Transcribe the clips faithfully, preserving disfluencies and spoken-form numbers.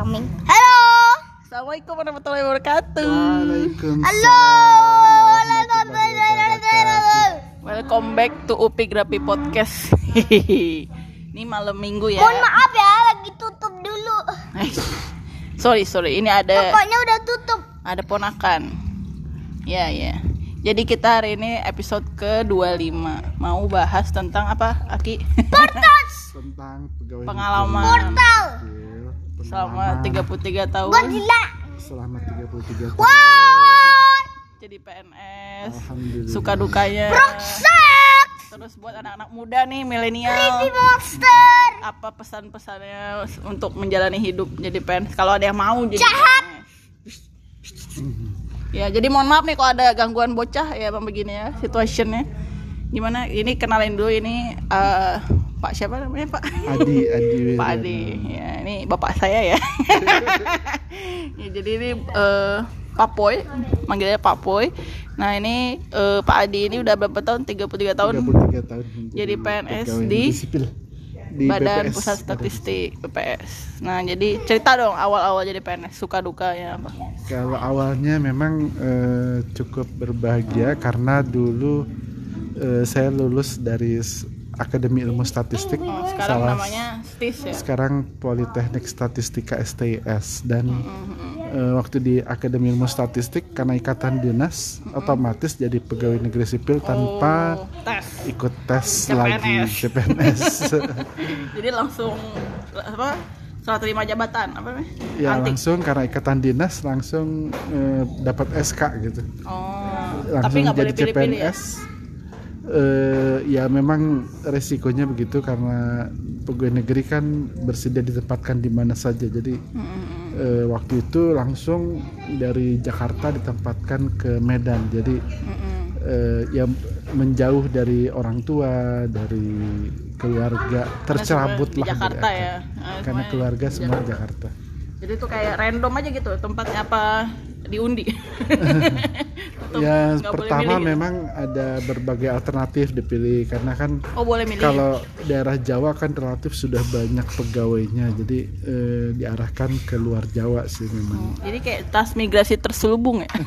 coming. Halo. Assalamualaikum warahmatullahi wabarakatuh. Waalaikumsalam. Halo. warahmatullahi wabarakatuh. Welcome back to Upi Grapi Podcast. Ini malam minggu ya. Mohon maaf ya, lagi tutup dulu. Eh, sorry sorry, ini ada Pokoknya udah tutup. ada ponakan. Ya ya. Jadi kita hari ini episode ke dua puluh lima mau bahas tentang apa, Aki? Portas. Tentang pegawai Pengalaman. Portal. negeri, Selama pengalaman tiga puluh tiga tahun Godzilla. selama tiga puluh tiga tahun. Wow. jadi P N S. Alhamdulillah. Suka dukanya. Rockset. Terus buat anak-anak muda nih, milenial. Creepy monster. Apa pesan-pesannya untuk menjalani hidup jadi P N S kalau ada yang mau jadi Jahat. P N S. Ya, jadi mohon maaf nih kalau ada gangguan bocah ya Bang begini ya situationnya. Gimana? Ini kenalin dulu ini uh, Pak siapa namanya, Pak? Adi, Adi. Pak Adi. Ya, ini bapak saya ya. Ya jadi ini uh, Pak Poy, manggilnya Pak Poy. Nah, ini uh, Pak Adi ini udah berapa tahun? tiga puluh tiga tahun. tiga puluh tiga tahun Jadi P N S pegawai di negeri sipil. Di Badan B P S, Pusat Statistik B P S. Nah, jadi cerita dong awal-awal jadi P N S, suka dukanya apa? Kalau awalnya memang eh, cukup berbahagia karena dulu eh, saya lulus dari S- Akademi Ilmu Statistik. Oh, sekarang Salah- namanya S T I S ya. Sekarang Politeknik Statistika S T I S dan eh, waktu di Akademi Ilmu Statistik karena ikatan dinas otomatis jadi pegawai negeri sipil tanpa Oh, tes. ikut tes C P N S. lagi C P N S. Jadi langsung apa? Serah terima jabatan apa namanya? Ya Antik. langsung karena ikatan dinas langsung eh, dapat S K gitu. Oh, tapi Langsung nggak boleh jadi pilih-pilih ya. C P N S. Eh, ya memang resikonya begitu karena pegawai negeri kan bersedia ditempatkan di mana saja. Jadi Mm-mm. eh, waktu itu langsung dari Jakarta ditempatkan ke Medan. Jadi Mm-mm. eh, ya menjauh dari orang tua, dari keluarga, tercerabut Di lah Jakarta dari ya. akar. Ah, Karena semuanya keluarga di semua Jakarta. Jakarta. Jadi itu kayak random aja gitu tempatnya apa diundi. Atau Ya nggak boleh pertama milih gitu? memang ada berbagai alternatif dipilih karena kan Oh, boleh milih. kalau daerah Jawa kan relatif sudah banyak pegawainya, jadi eh, diarahkan ke luar Jawa sih memang. Jadi kayak tas migrasi terselubung ya.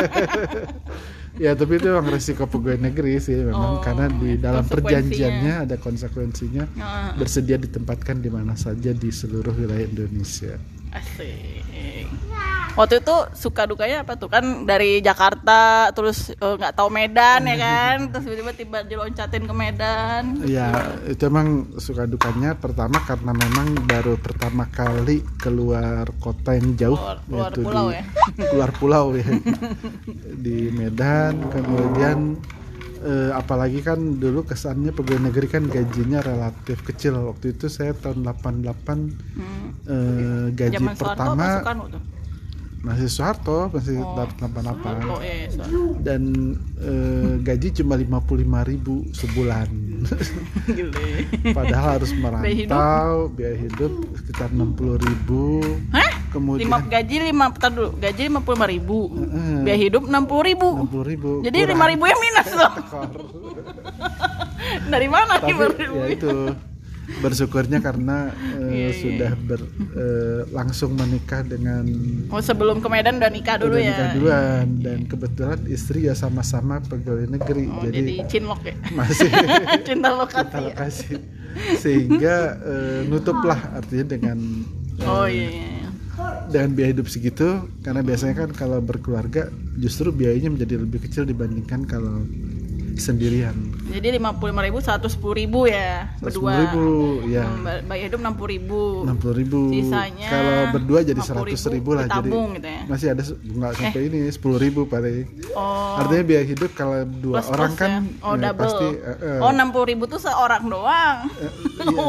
Ya tapi itu memang resiko pegawai negeri sih memang Oh, karena di dalam konsekuensinya. perjanjiannya ada konsekuensinya Nah, bersedia ditempatkan di mana saja di seluruh wilayah Indonesia. asik. Waktu itu suka dukanya apa tuh? Kan dari Jakarta terus eh, nggak tahu Medan ya kan, terus tiba-tiba tiba diloncatin ke Medan. Ya itu emang suka dukanya pertama karena memang baru pertama kali keluar kota yang jauh, Keluar- keluar yaitu pulau di ya? keluar pulau ya di Medan. Kemudian eh, apalagi kan dulu kesannya pegawai negeri kan gajinya relatif kecil. Waktu itu saya tahun delapan puluh delapan Hmm. eh, gaji Zaman Soeharto apa pertama Soekarno tuh? masih Soeharto masih Oh, tahun delapan puluh delapan Oh iya, Soeharto. dan eh, gaji cuma lima puluh lima ribu sebulan. Gile. Padahal harus Biaya hidup? merantau, biaya hidup sekitar enam puluh ribu. Hah? Kemudian Lima, gaji lima, bentar dulu, gaji lima puluh lima ribu, Heeh. biaya hidup enam puluh ribu. enam puluh ribu. Jadi lima ribu yang minus loh. Dari mana Tapi lima ribu? ya itu bersyukurnya karena eh, Iya, iya. sudah ber, eh, langsung menikah dengan Oh, sebelum ke Medan udah nikah dulu udah ya. nikah duluan dan kebetulan istri ya sama-sama pegawai negeri. Oh, jadi, jadi cinlok ya. masih Cinta lokasi. kita Ya? lokasi sehingga eh, nutuplah artinya dengan eh, Oh iya. iya. dengan biaya hidup segitu karena biasanya kan kalau berkeluarga justru biayanya menjadi lebih kecil dibandingkan kalau sendirian. Jadi lima puluh lima ribu, seratus sepuluh ribu ya berdua. sepuluh ribu ya. Hmm, ba- Biaya hidup enam puluh ribu. enam puluh ribu. Sisanya Kalau berdua jadi lima puluh seratus ribu lah, jadi ditabung gitu ya. masih ada se- nggak sampai ini sepuluh ribu paling. Oh. Artinya biaya hidup kalau dua Plus orang plus kan ya. Oh, ya, double. pasti eh, eh. Oh, enam puluh ribu tuh seorang doang. Iya.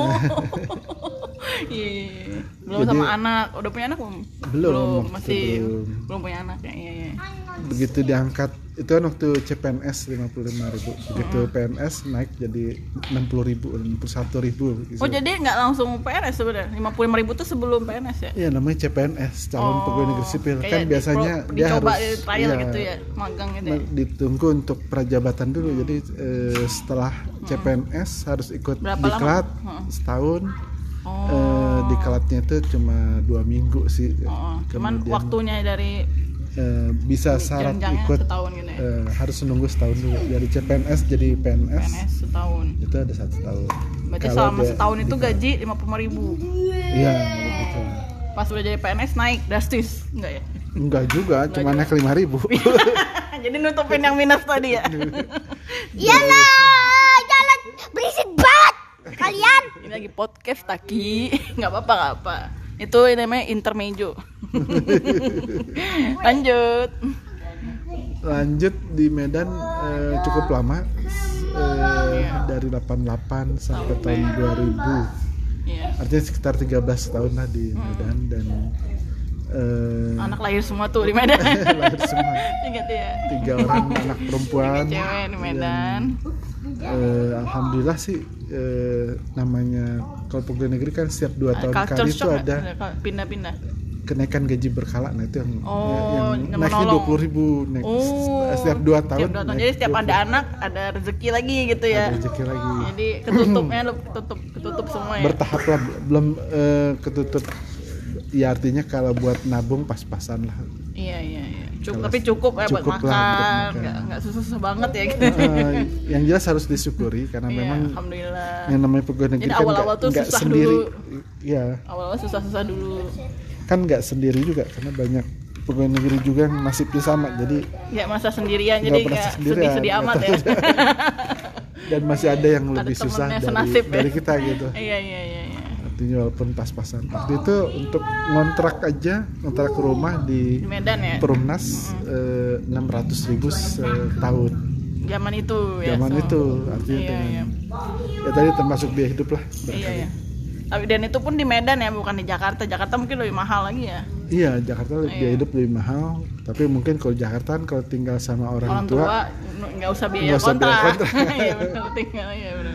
Iya. Belum Jadi- sama anak. Udah punya anak belum? Belum, masih belum. belum punya anak ya. Iya, iya. Begitu diangkat itu kan waktu C P N S lima puluh lima ribu, begitu P N S naik jadi enam puluh ribu, enam puluh satu ribu. Oh, jadi nggak langsung P N S sebenarnya. lima puluh lima ribu tuh sebelum P N S ya? Iya namanya C P N S, calon Oh, pegawai negeri sipil. kayak Kan di- biasanya pro- dia dicoba harus trial iya, gitu ya, magang gitu ya. ditunggu untuk prajabatan dulu. Jadi eh, setelah C P N S harus ikut Berapa diklat lama? Hmm. setahun. Oh. Eh, diklatnya itu cuma dua minggu sih. Oh, cuman Kemudian, waktunya dari eh, bisa syarat jenjangnya ikut setahun gitu ya. eh, harus menunggu setahun dulu dari C P N S jadi P N S, P N S setahun. itu ada satu tahun. Berarti Kalau selama dia setahun itu diklat- gaji lima puluh lima ribu. Iya begitu. Pas udah jadi P N S naik drastis, enggak ya? Enggak juga, cuma naik lima ribu. Jadi nutupin yang minus tadi ya. Iyalah, jalan berisik banget kalian. Ini lagi podcast Taki, nggak apa-apa nggak apa. Itu namanya intermezzo. Lanjut. Lanjut di Medan eh, cukup lama, eh, dari delapan puluh delapan sampai tahun dua ribu. Iya. Artinya sekitar tiga belas tahun lah di Medan dan eh, Anak lahir semua tuh di Medan. lahir semua Ingat ya. tiga orang anak perempuan. Tiga cewek di Medan. Eh, Alhamdulillah sih, eh, namanya kalau pegawai negeri kan setiap dua tahun Culture kali itu shock ada nggak? Pindah-pindah. kenaikan gaji berkala. Nah itu yang Oh, yang yang naiknya menolong. dua puluh ribu naik Oh. setiap dua tahun. Setiap dua tahun. naik Jadi setiap dua ada puluh. anak ada rezeki lagi gitu ya. Ada rezeki lagi. Jadi ketutupnya lu ketutup ketutup semua ya. Bertahap lah, belum eh, ketutup. Ya artinya kalau buat nabung pas-pasan lah. Iya iya iya. Cukup, Kalau tapi cukup ya buat cukup lah makan. untuk makan. Nggak nggak susah-susah banget ya gitu. Eh, yang jelas harus disyukuri karena Iya, memang alhamdulillah. yang namanya pegawai negeri Jadi kan awal-awal nggak tuh nggak susah sendiri. dulu. Ya Awal-awal susah-susah dulu. kan nggak sendiri juga karena banyak pegawai negeri juga yang nasibnya sama jadi Ya masa sendirian nggak jadi merasa nggak sendirian, sedih-sedih amat nggak ya. tahu. Dan masih ada yang Ada lebih susah temennya dari, senasib ya. dari kita gitu. Iya iya iya. iya. Artinya walaupun pas-pasan. Waktu itu untuk ngontrak aja, ngontrak rumah Di di Medan ya. Perumnas eh, enam ratus ribu setahun. Zaman itu ya. Zaman so- itu artinya Iya dengan iya. ya tadi termasuk biaya hidup lah. Iya iya. Tapi dan itu pun di Medan ya, bukan di Jakarta. Jakarta mungkin lebih mahal lagi ya. Iya, Jakarta Iya. biaya hidup lebih mahal, tapi mungkin kalau Jakarta kan kalau tinggal sama orang, Orang tua nggak usah biaya nggak usah biaya kontrak. kontrak. Iya benar tinggal ya benar.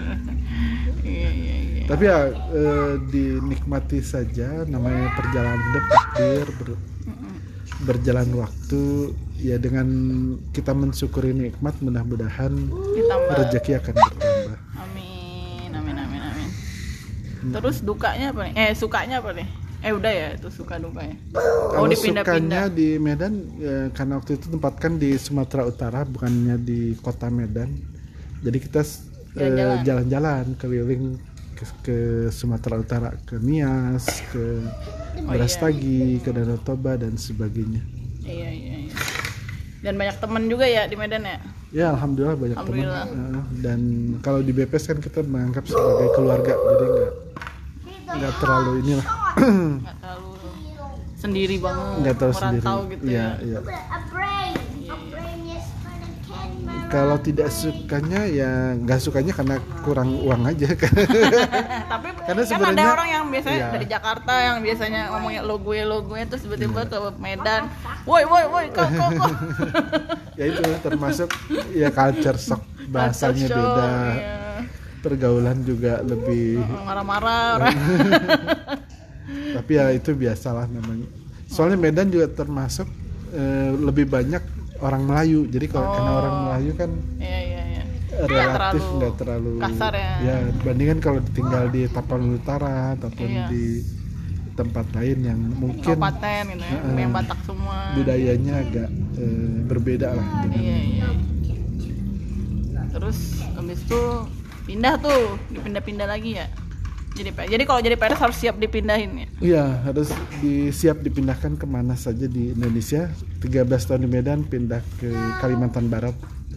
Iya iya iya. tapi ya eh, dinikmati saja namanya perjalanan hidup takdir ber- berjalan waktu ya dengan kita mensyukuri nikmat mudah-mudahan Ditambah. rezeki akan bertambah. Amin amin amin amin. Terus dukanya apa nih? Eh sukanya apa nih? Eh udah ya itu suka dukanya. Oh Kalau dipindah-pindah. sukanya di Medan ya, karena waktu itu tempatkan di Sumatera Utara bukannya di kota Medan. Jadi kita eh, Jalan-jalan. jalan-jalan keliling ke, ke Sumatera Utara, ke Nias, ke Oh, Brastagi, ke Danau Toba dan sebagainya. Iya iya iya. Dan banyak teman juga ya di Medan ya. Ya alhamdulillah banyak teman. Alhamdulillah. Eh, dan kalau di B P S kan kita menganggap sebagai keluarga, jadi nggak nggak terlalu inilah, Nggak terlalu sendiri banget. nggak terlalu sendiri. merantau gitu Iya, ya. iya. A brain. A brain is for the can man. Kalau tidak sukanya ya nggak sukanya karena kurang uang aja kan. Tapi Karena kan ada sebenarnya- orang yang biasanya iya. dari Jakarta yang biasanya ngomongnya lo gue lo gue terus tiba-tiba ke Medan, woi woi woi kok kok kok. Ya itu termasuk ya culture shock, bahasanya Culture shock, beda, iya. pergaulan juga lebih. Marah-marah orang. Tapi ya itu biasalah namanya. Soalnya Medan juga termasuk eh, lebih banyak orang Melayu. Jadi kalau karena orang Melayu kan Iya iya iya. relatif terlalu nggak terlalu, kasar ya. Ya dibandingkan kalau tinggal di Tapanuli Utara ataupun Iya. di tempat lain yang mungkin Kabupaten gitu ya, Heeh. yang Batak semua. budayanya agak eh, berbeda lah dengan Iya iya. Terus habis itu pindah tuh, dipindah-pindah lagi ya. Jadi P- jadi kalau jadi P N S harus siap dipindahin ya. Iya, harus di, siap dipindahkan kemana saja di Indonesia. tiga belas tahun di Medan, pindah ke Kalimantan Barat.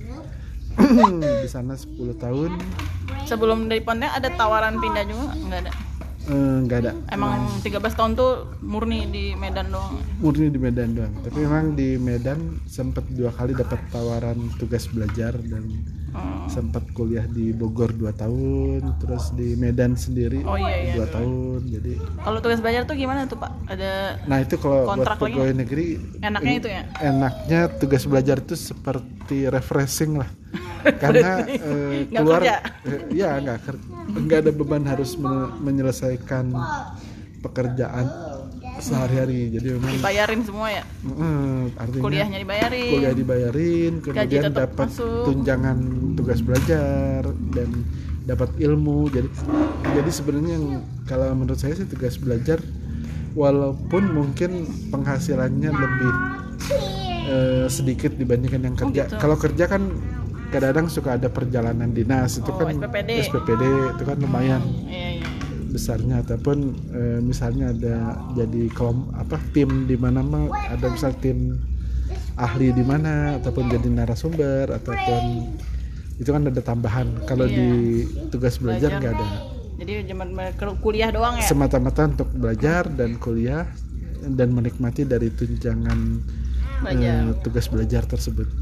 Di sana sepuluh tahun. Sebelum dari Pontianak ada tawaran pindah juga nggak ada. Eh, nggak ada. Emang tiga belas tahun tuh murni di Medan doang. Murni di Medan doang. Tapi memang di Medan sempat dua kali dapat tawaran tugas belajar dan Oh, sempat kuliah di Bogor dua tahun, terus di Medan sendiri Oh, iya, iya, dua dua. tahun. Jadi, kalau tugas belajar tuh gimana tuh Pak? Ada nah itu kalau buat Kontrak lagi pegawai negeri enaknya itu ya? enaknya tugas belajar itu seperti refreshing lah karena eh, Nggak keluar kerja? eh, ya nggak ker- nggak ada beban harus me- menyelesaikan pekerjaan sehari-hari jadi memang dibayarin semua ya? mm, artinya Kuliahnya dibayarin. kuliah dibayarin kemudian tetap dapat masuk. tunjangan tugas belajar dan dapat ilmu. Jadi jadi sebenarnya yang kalau menurut saya sih tugas belajar walaupun mungkin penghasilannya lebih eh, sedikit dibandingkan yang kerja. gitu. Kalau kerja kan kadang-kadang suka ada perjalanan dinas itu Oh, kan S P P D. S P P D itu kan lumayan Iya, iya. besarnya, ataupun eh, misalnya ada jadi kolom apa tim di mana mah ada misal tim ahli di mana ataupun jadi narasumber ataupun itu kan ada tambahan. Kalau Iya. di tugas belajar nggak ada, Jadi zaman kuliah doang ya. semata-mata untuk belajar dan kuliah dan menikmati dari tunjangan Belajar. eh, tugas belajar tersebut.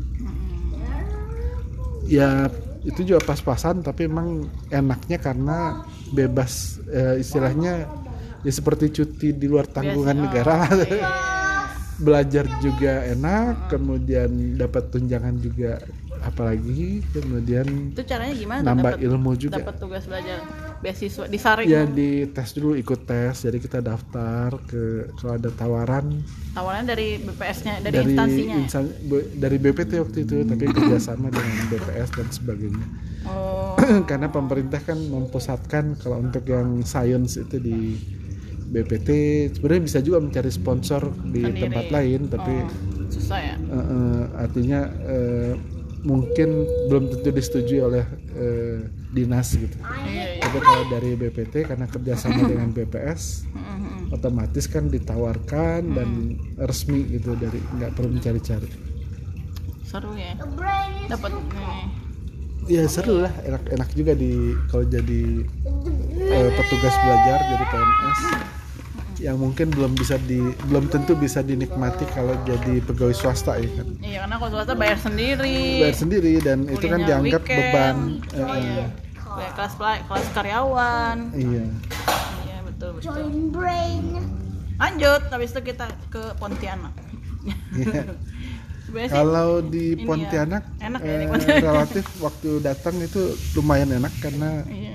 Ya itu juga pas-pasan, tapi emang enaknya karena bebas eh, istilahnya ya seperti cuti di luar tanggungan Biasa. negara lah. Oh, iya. Belajar juga enak, kemudian dapat tunjangan juga, apalagi kemudian Itu caranya gimana? tuh nambah dapet- ilmu juga. Dapat tugas belajar beasiswa disaring. Ya di tes dulu, ikut tes, jadi kita daftar ke kalau ada tawaran Tawarannya dari B P S-nya, dari, dari instansinya. insan- B- dari B P T waktu itu, tapi kerjasama dengan B P S dan sebagainya. Oh, Karena pemerintah kan mempusatkan kalau untuk yang science itu di B P T, sebenarnya bisa juga mencari sponsor di Sendiri. tempat lain, tapi oh, susah ya. eh, eh, artinya eh, mungkin belum tentu disetujui oleh eh, dinas gitu. Iya, iya. Tapi kalau dari B P T karena kerjasama dengan B P S, Mm-mm. otomatis kan ditawarkan dan resmi gitu, dari nggak perlu mencari-cari. Seru ya. The brain is Dapat nih. Ya seru lah, enak-enak juga di kalau jadi eh, petugas belajar, jadi P N S yang mungkin belum bisa di belum tentu bisa dinikmati kalau jadi pegawai swasta ya kan. Iya, karena kalau swasta bayar sendiri. Bayar sendiri dan itu kan Kuliahnya dianggap weekend. beban. Eh, Iya. Kayak kelas pela- kelas karyawan. Iya. Iya, betul betul. join brain. Lanjut, habis itu kita ke Pontianak. Iya. Sebenarnya sih Kalau di ini ya, Pontianak enak ya eh, di Pontianak. relatif waktu datang itu lumayan enak karena iya.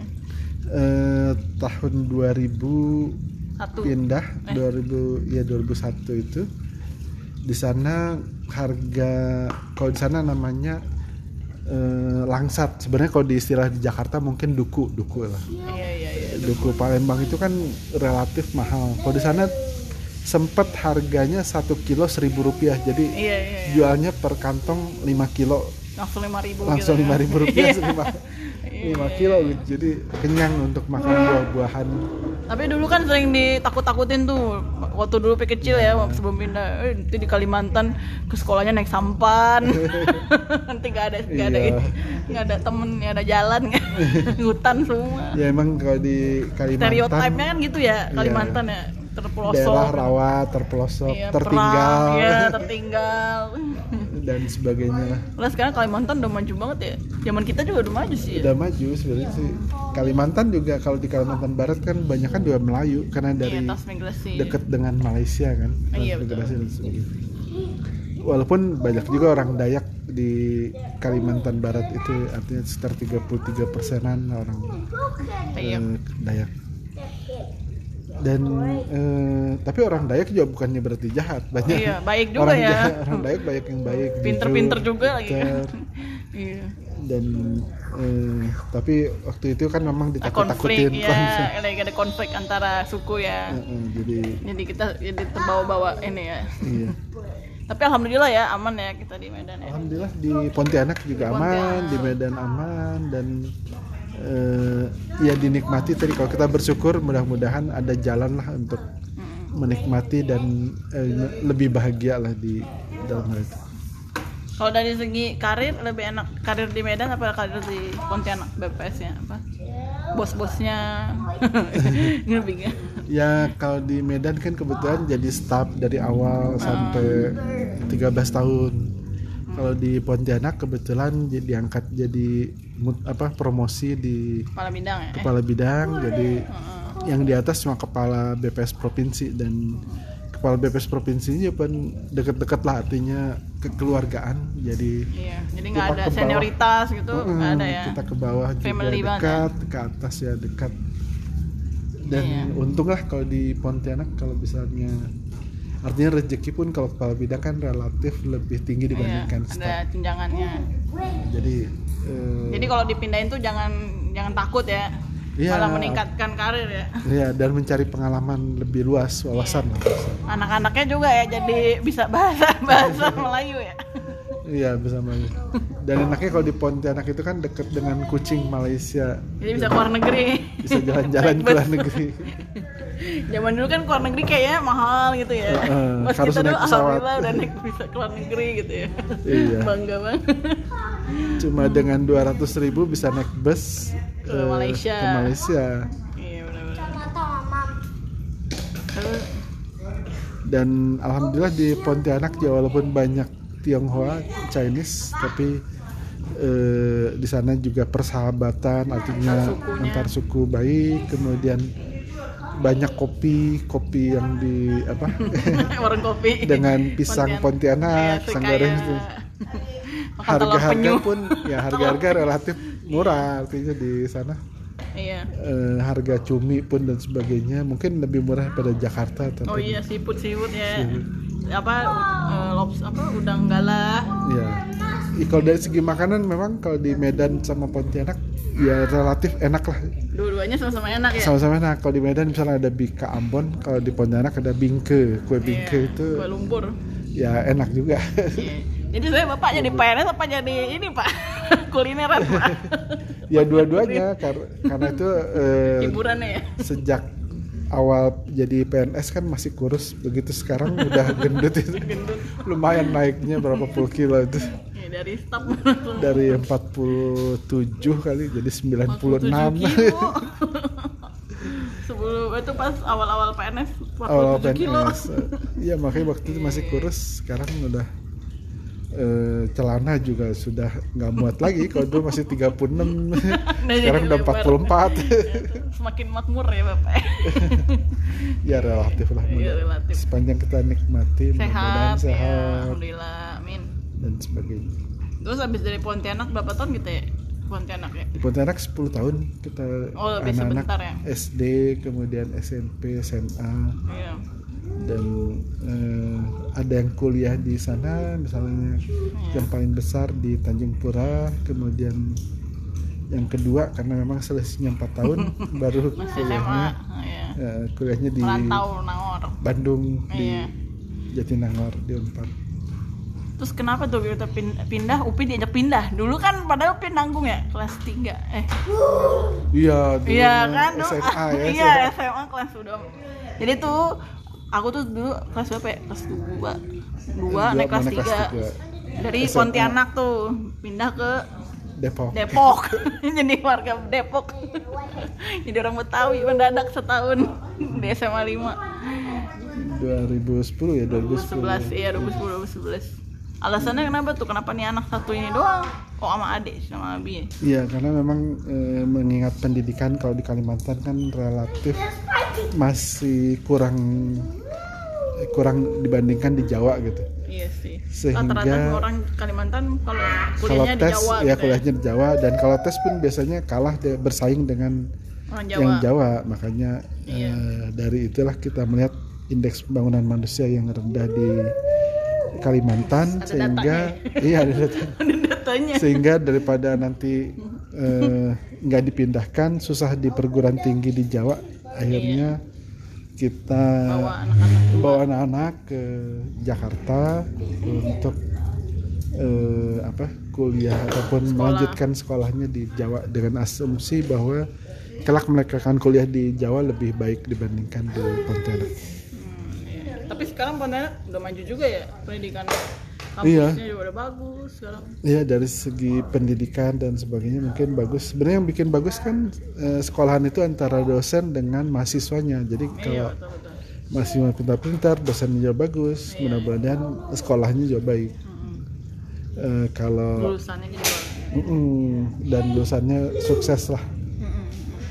eh, tahun dua ribu Satu. pindah Eh. dua ribu ya dua ribu satu itu di sana harga, kalau di sana namanya eh, langsat, sebenarnya kalau di istilah di Jakarta mungkin duku duku lah. Iya, iya, iya. Duku Palembang itu kan relatif mahal. Kalau di sana sempet harganya satu kilo seribu rupiah, jadi Iya, iya, iya. jualnya per kantong lima kilo Langsung lima ribu langsung gitu. lima ribu rupiah Iya. lima Iya, lima iya, kilo iya. gitu, jadi kenyang untuk makan buah-buahan. Tapi dulu kan sering ditakut-takutin tuh waktu dulu P kecil ya, sebelum pindah. Eh, nanti di Kalimantan ke sekolahnya naik sampan. Nanti gak ada gak ada Iya. nggak ada temen, nggak ada jalan, hutan semua. Ya emang kalau di Kalimantan Stereotipnya kan gitu ya, Iya. Kalimantan ya, terpelosok. daerah rawa, terpelosok, Iya, tertinggal perang, ya, tertinggal. dan sebagainya lah. Lah sekarang Kalimantan udah maju banget ya. Zaman kita juga udah maju sih. Ya. Udah maju sebenarnya sih. Kalimantan juga, kalau di Kalimantan Barat kan banyak kan juga Melayu karena dari Iya, transmigrasi. dekat dengan Malaysia kan, Iya, transmigrasi dan sebagainya. Walaupun banyak juga orang Dayak di Kalimantan Barat itu, artinya sekitar tiga puluh tiga persenan orang Iya. eh, Dayak. Dan eh, tapi orang Dayak juga bukannya berarti jahat, banyak Iya, baik juga orang ya. jahat, orang Dayak banyak yang baik, Pinter-pinter jujur, juga lagi kan. pinter. Iya. Dan eh, tapi waktu itu kan memang Konflik ditakut-takutin ya, konflik. lagi ada konflik antara suku ya. Eh, eh, jadi Jadi kita jadi terbawa-bawa ini ya. iya. Tapi alhamdulillah ya aman ya kita di Medan ya. Alhamdulillah di Pontianak juga Di aman, Pontianak. di Medan aman, dan eh, ya dinikmati tadi. Kalau kita bersyukur, mudah-mudahan ada jalan lah untuk Mm. menikmati dan eh, lebih bahagia lah di dalam hal itu. Kalau dari segi karir lebih enak karir di Medan apa karir di Pontianak B P S-nya apa? Bos-bosnya lebih kan? Ya kalau di Medan kan kebetulan jadi staff dari awal sampai tiga belas tahun. Kalau di Pontianak kebetulan jadi diangkat jadi mut- apa promosi di Kepala bidang ya. Eh. kepala bidang, jadi Heeh. yang di atas cuma kepala B P S provinsi, dan kepala B P S provinsinya pun deket-deket lah, artinya kekeluargaan. Jadi Iya, jadi nggak kita ada ke bawah. senioritas gitu, nggak Mm, ada ya. kita ke bawah juga Family banget dekat, ke atas ya dekat. Dan Iya. untung lah kalau di Pontianak, kalau misalnya artinya rezeki pun kalau kepala bidang kan relatif lebih tinggi Iya, dibandingkan ada staff. tunjangannya. Jadi eh, Jadi kalau dipindahin tuh jangan jangan takut ya. Iya. Malah meningkatkan karir ya. Iya, dan mencari pengalaman lebih luas, wawasan lah. Anak-anaknya juga ya jadi bisa bahasa bahasa Melayu ya. Iya, bisa Melayu. Dan enaknya kalau di Pontianak itu kan deket dengan kucing Malaysia. Jadi bisa keluar negeri. Bisa jalan-jalan ke luar negeri. Zaman dulu kan keluar negeri kayaknya mahal gitu ya. Uh, Pas harus kita naik dulu pesawat. alhamdulillah udah naik bisa keluar negeri gitu ya. Iya. Bangga banget. Cuma dengan dua ratus ribu bisa naik bus Ke eh, Malaysia. ke Malaysia. Iya benar-benar. Sama Mam. Terus Dan alhamdulillah di Pontianak ya walaupun banyak Tionghoa, Chinese, tapi eh, di sana juga persahabatan, artinya Sukunya. antar suku baik. Kemudian banyak kopi, kopi yang di apa warung kopi dengan pisang Pontianak, Kayak pisang kayak goreng itu. makan telur Harga-harga penyu. pun ya harga-harga relatif murah, artinya di sana Iya. eh, harga cumi pun dan sebagainya mungkin lebih murah pada Jakarta. Tapi Oh iya seafood seafood ya. Apa uh, lops apa udang galah. ya, I- kalau dari segi makanan memang kalau di Medan sama Pontianak ya relatif enak lah, Dua-duanya sama-sama enak ya. sama-sama enak. Kalau di Medan misalnya ada bika Ambon, kalau di Pontianak ada bingke, kue bingke Iya, itu kue lumpur. ya enak juga. Iya. Jadi saya bapak jadi P N S apa jadi ini pak kulineran pak? Ya dua-duanya kar- karena itu eh, Hiburannya ya. sejak awal jadi P N S kan masih kurus, begitu sekarang udah gendut itu. Gendut. Lumayan naiknya berapa puluh kilo itu. Ya, dari staff Dari empat puluh tujuh kali jadi sembilan puluh enam. Sebelum itu pas awal-awal P N S Awal empat puluh tujuh kilo. P N S. Iya, makanya waktu itu masih kurus, sekarang udah eh, celana juga sudah nggak muat lagi. Kalau dulu masih tiga puluh enam, sekarang udah empat puluh empat. Semakin makmur ya bapak. Ya relatif lah. Iya, relatif. Sepanjang kita nikmati, mudah-mudahan Sehat, ya, sehat alhamdulillah, amin. dan sebagainya. Terus habis dari Pontianak berapa tahun gitu ya? Pontianak ya? Di Pontianak sepuluh tahun kita Oh, lebih anak-anak sebentar ya? S D, kemudian S M P, S M A, Iya. dan eh, ada yang kuliah di sana, misalnya Iya. yang paling besar di Tanjung Pura, kemudian yang kedua karena memang selisihnya empat tahun baru Masih S M A. kuliahnya Iya. eh, kuliahnya di Merantau Nangor. Bandung, Iya. di Jatinangor, di Unpad. Terus kenapa tuh kita pin- pindah? Upi diajak pindah. Dulu kan padahal Upi nanggung ya kelas tiga. Eh. Iya, dulu Iya kan dulu. S M A ya. Iya, S M A. S M A kelas udah. Jadi tuh aku tuh dulu kelas berapa ya? Kelas dua. dua Dua, naik kelas mau naik kelas tiga. tiga. Dari S M A. Pontianak tuh pindah ke Depok. Depok. Jadi warga Depok. Jadi orang Betawi mendadak setahun di S M A lima. dua ribu sepuluh ya, dua ribu sepuluh. dua ribu sebelas iya dua ribu sepuluh dua ribu sebelas. Alasannya kenapa tuh? Kenapa nih anak satu ini doang? Kok sama adik sama Abi? Iya, karena memang eh, mengingat pendidikan kalau di Kalimantan kan relatif masih kurang eh, kurang dibandingkan di Jawa gitu. Iya sih. Sehingga- Rata-rata orang Kalimantan kalau Kalau kuliahnya di tes Jawa ya gitu kuliahnya di Jawa, dan kalau tes pun biasanya kalah dia bersaing dengan Orang Jawa. yang Jawa. Makanya Iya. eh, dari itulah kita melihat indeks pembangunan manusia yang rendah di Kalimantan. Ada Sehingga iya ada data. Ada datanya. Sehingga daripada nanti eh, nggak dipindahkan, susah di perguruan tinggi di Jawa, akhirnya kita Bawa anak-anak dulu. bawa anak-anak ke Jakarta untuk eh, apa kuliah ataupun Sekolah. melanjutkan sekolahnya di Jawa dengan asumsi bahwa kelak mereka akan kuliah di Jawa lebih baik dibandingkan di Pontianak. Hmm, iya. Tapi sekarang Pontianak udah maju juga ya pendidikan. Iya. Kampusnya juga udah bagus sekarang. Ya, dari segi pendidikan dan sebagainya mungkin bagus. Sebenarnya yang bikin bagus kan eh, sekolahan itu antara dosen dengan mahasiswanya. Jadi Iya kalau betul-betul. mahasiswa pintar-pintar, dosennya juga bagus, Iya. mudah-mudahan sekolahnya juga baik. Mm-mm. Eh, kalau Lulusannya jadi bagus. mm-mm, dan lulusannya sukses lah. Mm-mm.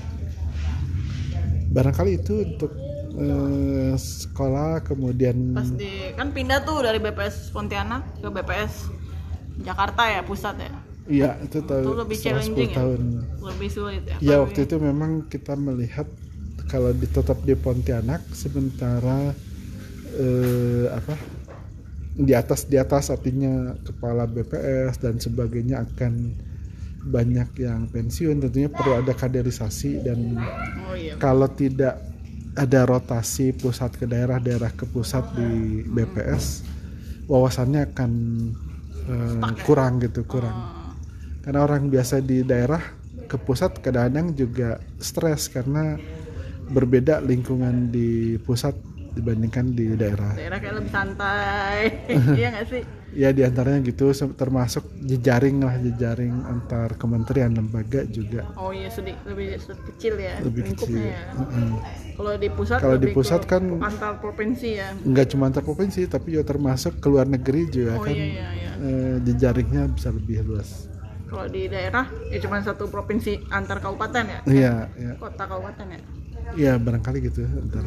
Barangkali itu untuk eh, sekolah, kemudian Pas di kan pindah tuh dari B P S Pontianak ke B P S Jakarta ya pusat ya. iya itu Itu tahu lebih setelah challenging sepuluh ya? tahun. Lebih sulit ya. Ya Apa waktu itu memang kita melihat kalau di, tetap di Pontianak, sementara eh, apa di atas di atas artinya kepala B P S dan sebagainya akan banyak yang pensiun, tentunya perlu ada kaderisasi dan Oh iya. kalau tidak ada rotasi pusat ke daerah, daerah ke pusat di B P S, wawasannya akan uh, kurang gitu, kurang. Oh. Karena orang biasa di daerah ke pusat kadang-kadang juga stres karena berbeda lingkungan di pusat dibandingkan di daerah. Daerah kayak lebih santai. Iya nggak sih? Ya diantaranya gitu, termasuk jejaring lah, jejaring antar kementerian lembaga juga Oh iya, sedikit lebih sedikit kecil ya lebih kecil. lingkupnya ya. Mm-mm. Kalau di pusat Kalau di lebih pusat ke kan antar provinsi ya. nggak cuma antar provinsi tapi juga termasuk ke luar negeri juga Oh kan. iya iya iya. eh, jejaringnya bisa lebih luas. Kalau di daerah ya cuma satu provinsi antar kabupaten ya. Iya, iya. Kota kabupaten ya. Iya barangkali gitu antar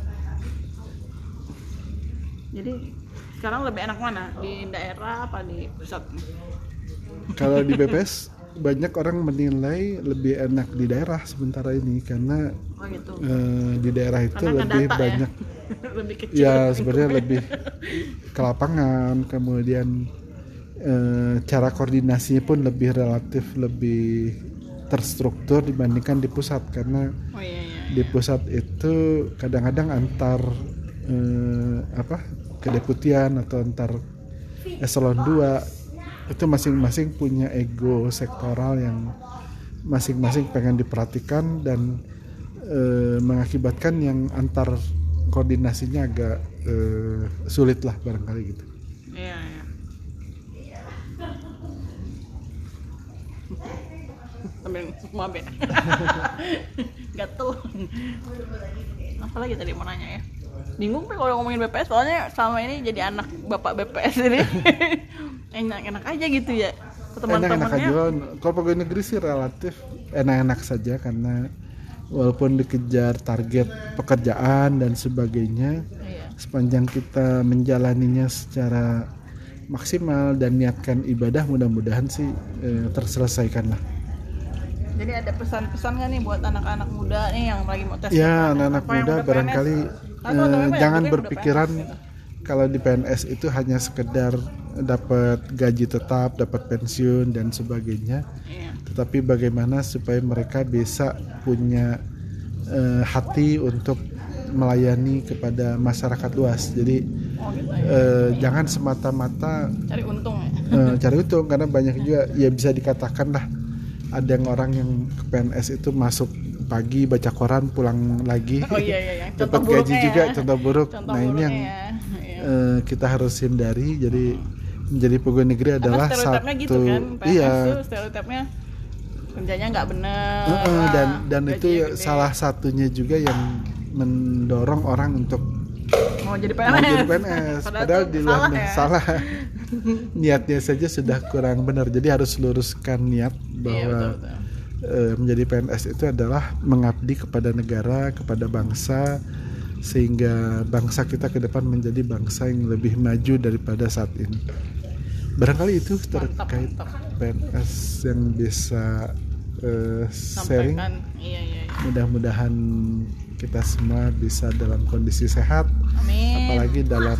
Jadi sekarang lebih enak mana? Di daerah apa di pusat? Kalau di B P S banyak orang menilai lebih enak di daerah sementara ini karena Oh gitu. eh, di daerah itu Karena lebih ngedata banyak ya. Lebih kecil. ya sebenarnya lebih ke lapangan, kemudian eh, cara koordinasinya pun lebih relatif lebih terstruktur dibandingkan di pusat karena Oh iya iya. di pusat itu kadang-kadang antar eh, apa kedeputian atau antar eselon dua itu masing-masing punya ego sektoral yang masing-masing pengen diperhatikan dan eh, mengakibatkan yang antar koordinasinya agak eh, sulit lah barangkali gitu. Iya iya. Sambil maaf ya. Gatel. Apalagi tadi mau nanya ya. Bingung nih kalau ngomongin B P S, soalnya selama ini jadi anak bapak B P S ini enak-enak aja gitu ya. Enak-enak aja. Teman-temannya Kalau pegawai negeri sih relatif enak-enak saja karena walaupun dikejar target pekerjaan dan sebagainya, iya. sepanjang kita menjalaninya secara maksimal dan niatkan ibadah, mudah-mudahan sih eh, terselesaikan lah. Jadi ada pesan-pesan nggak nih buat anak-anak muda nih yang lagi mau tes? Ya, anak-anak Apa yang muda udah barangkali P N S? eh, Atau teman-teman jangan yang mungkin berpikiran udah P N S gitu. kalau di P N S itu hanya sekedar dapat gaji tetap, dapat pensiun dan sebagainya. Iya. Tetapi bagaimana supaya mereka bisa punya eh, hati untuk melayani kepada masyarakat luas. Jadi Oh gitu ya. eh, jangan semata-mata Cari untung ya. eh, cari untung karena banyak juga ya bisa dikatakan lah ada yang orang yang ke P N S itu masuk pagi baca koran pulang lagi Oh iya iya iya. Contoh dapat gaji buruknya juga ya. contoh buruk. Contoh Nah ini buruknya yang ya. Iya. eh, kita harus hindari. Jadi menjadi pegawai negeri adalah Karena satu stereotipnya gitu kan. P N S iya tuh stereotipnya kerjanya nggak benar. eh, eh, dan dan gajinya itu ya gede. salah satunya juga yang mendorong orang untuk mau jadi P N S. mau jadi P N S Padahal, padahal tuh di luar salah ya. salah niatnya saja sudah kurang benar. Jadi harus luruskan niat Iya, bahwa betul, betul. eh, menjadi P N S itu adalah mengabdi kepada negara, kepada bangsa, sehingga bangsa kita ke depan menjadi bangsa yang lebih maju daripada saat ini. Barangkali itu terkait mantap. P N S yang bisa eh, sharing. Sampaikan. Iya iya iya. Mudah-mudahan kita semua bisa dalam kondisi sehat, Amin. apalagi dalam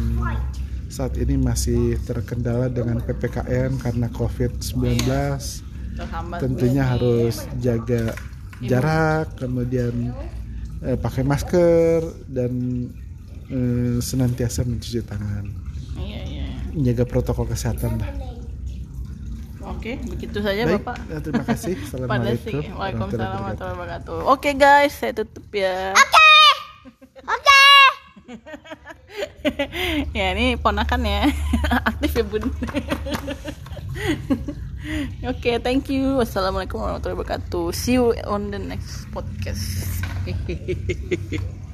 saat ini masih terkendala dengan P P K M karena covid sembilan belas. Terhambat Tentunya ini. harus jaga jarak, kemudian eh, pakai masker dan eh, senantiasa mencuci tangan, Iya iya. menjaga protokol kesehatan lah. Oke, begitu saja Baik, Bapak. eh, terima kasih. Pada Assalamualaikum sih. Waalaikumsalam warahmatullahi wabarakatuh. warahmatullahi wabarakatuh. Oke guys, saya tutup ya. Oke. Oke. Ya ini ponakan ya. Aktif ya Bun. Oke, thank you. Wassalamualaikum warahmatullahi wabarakatuh. See you on the next podcast.